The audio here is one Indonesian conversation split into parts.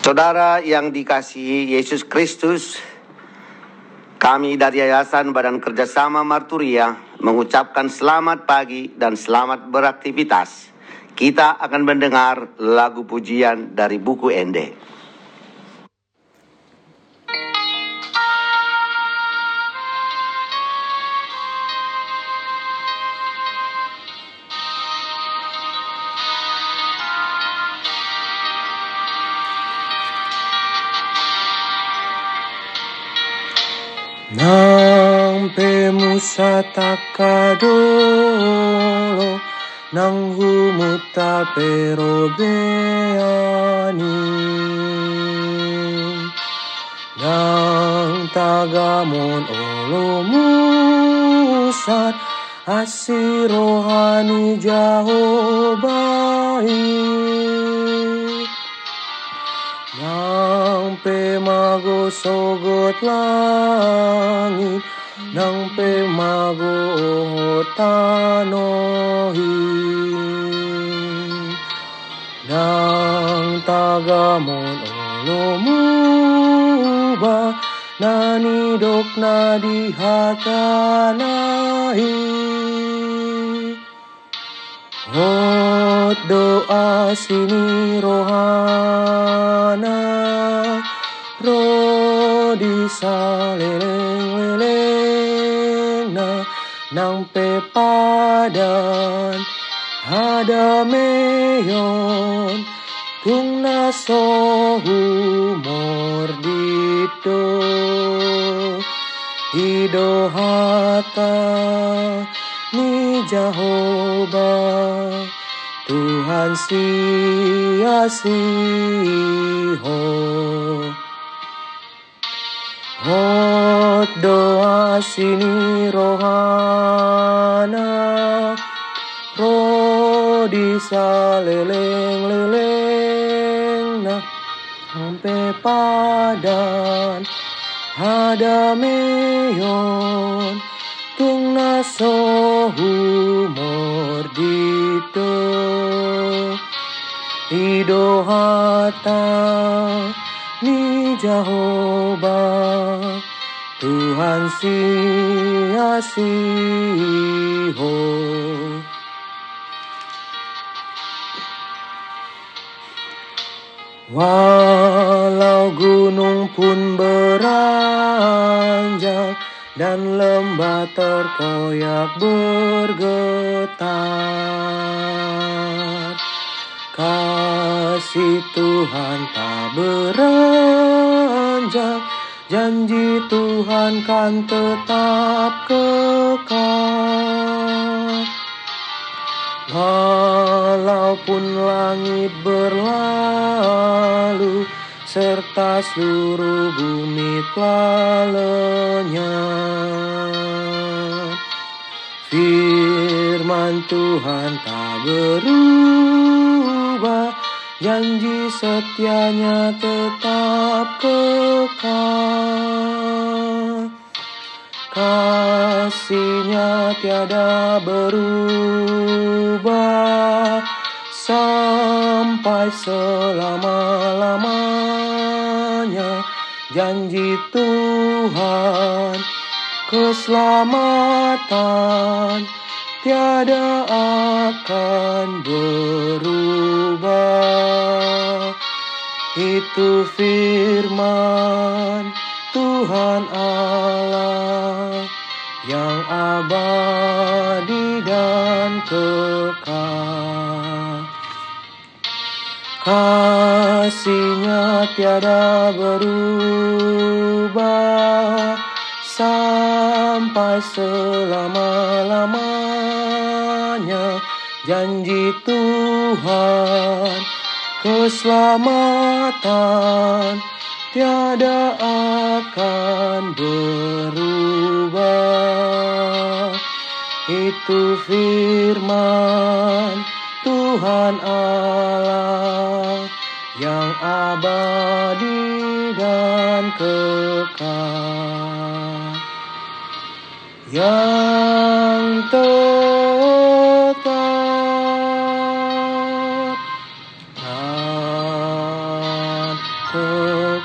Saudara yang dikasihi Yesus Kristus, kami dari Yayasan Badan Kerjasama Marturia mengucapkan selamat pagi dan selamat beraktivitas. Kita akan mendengar lagu pujian dari buku Ende. Nang pemusata kadolo nang humuta perobeani nang tagamon olomusat asirohani Jahobai nang pemago sogot langit nang pemago tanohi nang tagamon olomuba nanidok na dihatanahi hot doa sini rohana rodi saleleng nang pepadan hadameyon tung nasohu mordito idohata ni Jehovah Tuhan siasiho hot doa sini rohana rodi saleleng sampai padan hadameyon tung nasohu mordito idohata ni Jehovah Tuhan siasiho walau gunung pun beranjak dan lembah terkoyak bergetar kasih Tuhan tak beranjak janji Tuhan kan tetap kekal walaupun langit berlalu serta seluruh bumi telah lenyap firman Tuhan tak berubah janji setianya tetap kekal kasihnya tiada berubah sampai selama-lamanya janji Tuhan keselamatan tiada akan berubah itu firman Tuhan Allah yang abadi dan kekal kasihnya tiada berubah sampai selama-lamanya janji Tuhan keselamatan tiada akan berubah itu firman Tuhan Allah yang abadi dan kekal yang tetap dan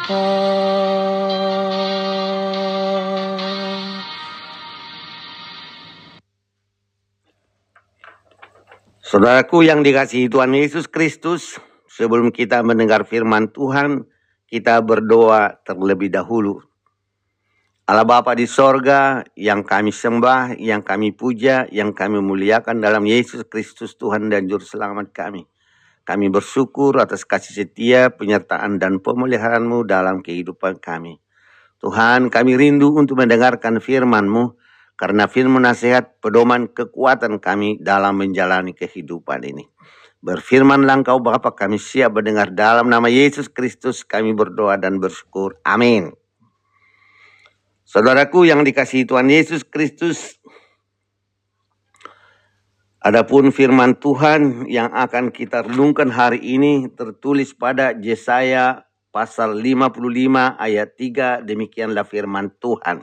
Saudaraku yang dikasihi Tuhan Yesus Kristus, sebelum kita mendengar firman Tuhan, kita berdoa terlebih dahulu. Allah Bapa di sorga, yang kami sembah, yang kami puja, yang kami muliakan dalam Yesus Kristus Tuhan dan Juru Selamat kami. Kami bersyukur atas kasih setia, penyertaan dan pemeliharaanmu dalam kehidupan kami. Tuhan, kami rindu untuk mendengarkan firman-Mu, karena firman nasihat pedoman kekuatan kami dalam menjalani kehidupan ini. Berfirmanlah Engkau Bapa, kami siap mendengar dalam nama Yesus Kristus kami berdoa dan bersyukur. Amin. Saudaraku yang dikasihi Tuhan Yesus Kristus, adapun firman Tuhan yang akan kita renungkan hari ini tertulis pada Yesaya pasal 55 ayat 3, demikianlah firman Tuhan.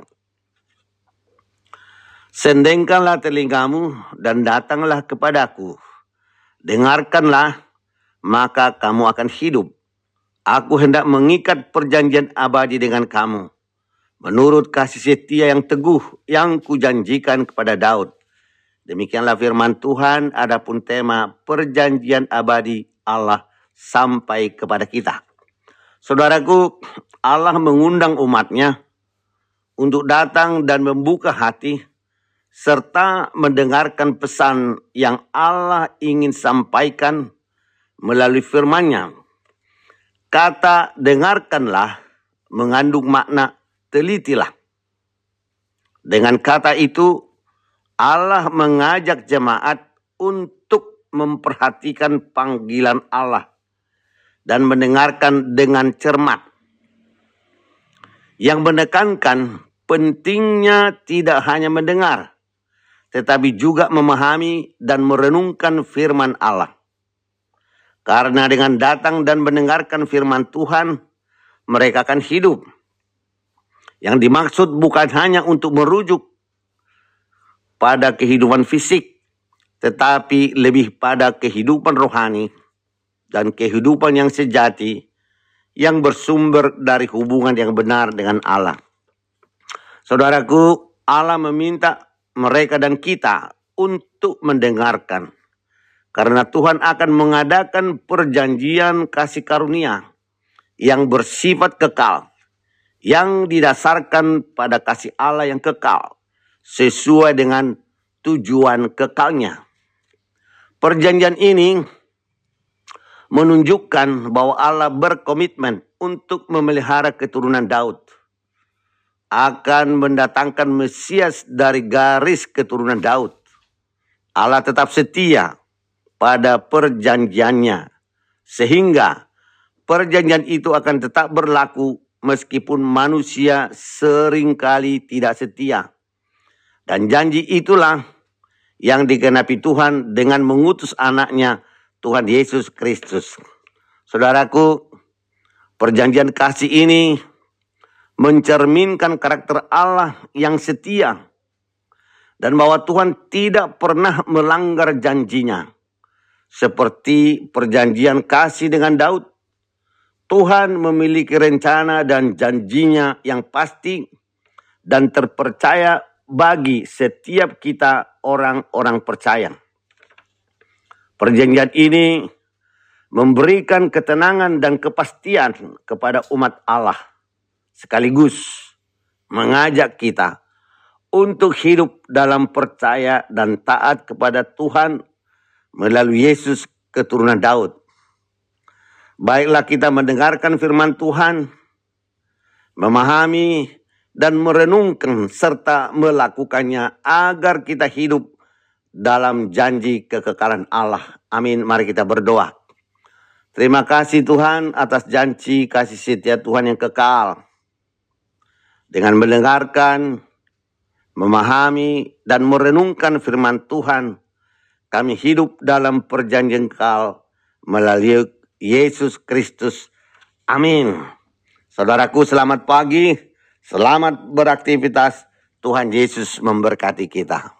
Sendengkanlah telingamu dan datanglah kepadaku. Dengarkanlah, maka kamu akan hidup. Aku hendak mengikat perjanjian abadi dengan kamu, menurut kasih setia yang teguh yang kujanjikan kepada Daud. Demikianlah firman Tuhan, adapun tema perjanjian abadi Allah sampai kepada kita. Saudaraku, Allah mengundang umatnya untuk datang dan membuka hati, serta mendengarkan pesan yang Allah ingin sampaikan melalui firman-Nya. Kata dengarkanlah mengandung makna telitilah. Dengan kata itu, Allah mengajak jemaat untuk memperhatikan panggilan Allah dan mendengarkan dengan cermat. Yang menekankan pentingnya tidak hanya mendengar, tetapi juga memahami dan merenungkan firman Allah. Karena dengan datang dan mendengarkan firman Tuhan, mereka akan hidup. Yang dimaksud bukan hanya untuk merujuk pada kehidupan fisik, tetapi lebih pada kehidupan rohani dan kehidupan yang sejati yang bersumber dari hubungan yang benar dengan Allah. Saudaraku, Allah meminta mereka dan kita untuk mendengarkan, karena Tuhan akan mengadakan perjanjian kasih karunia yang bersifat kekal, yang didasarkan pada kasih Allah yang kekal, sesuai dengan tujuan kekalnya. Perjanjian ini menunjukkan bahwa Allah berkomitmen untuk memelihara keturunan Daud, akan mendatangkan Mesias dari garis keturunan Daud. Allah tetap setia pada perjanjiannya, sehingga perjanjian itu akan tetap berlaku meskipun manusia seringkali tidak setia. Dan janji itulah yang digenapi Tuhan dengan mengutus anaknya Tuhan Yesus Kristus. Saudaraku, perjanjian kasih ini mencerminkan karakter Allah yang setia, dan bahwa Tuhan tidak pernah melanggar janjinya. Seperti perjanjian kasih dengan Daud, Tuhan memiliki rencana dan janjinya yang pasti dan terpercaya bagi setiap kita orang-orang percaya. Perjanjian ini memberikan ketenangan dan kepastian kepada umat Allah, sekaligus mengajak kita untuk hidup dalam percaya dan taat kepada Tuhan melalui Yesus keturunan Daud. Baiklah kita mendengarkan firman Tuhan, memahami dan merenungkan serta melakukannya agar kita hidup dalam janji kekekalan Allah. Amin. Mari kita berdoa. Terima kasih Tuhan atas janji kasih setia Tuhan yang kekal. Dengan mendengarkan, memahami, dan merenungkan firman Tuhan, kami hidup dalam perjanjian kekal melalui Yesus Kristus. Amin. Saudaraku, selamat pagi, selamat beraktivitas. Tuhan Yesus memberkati kita.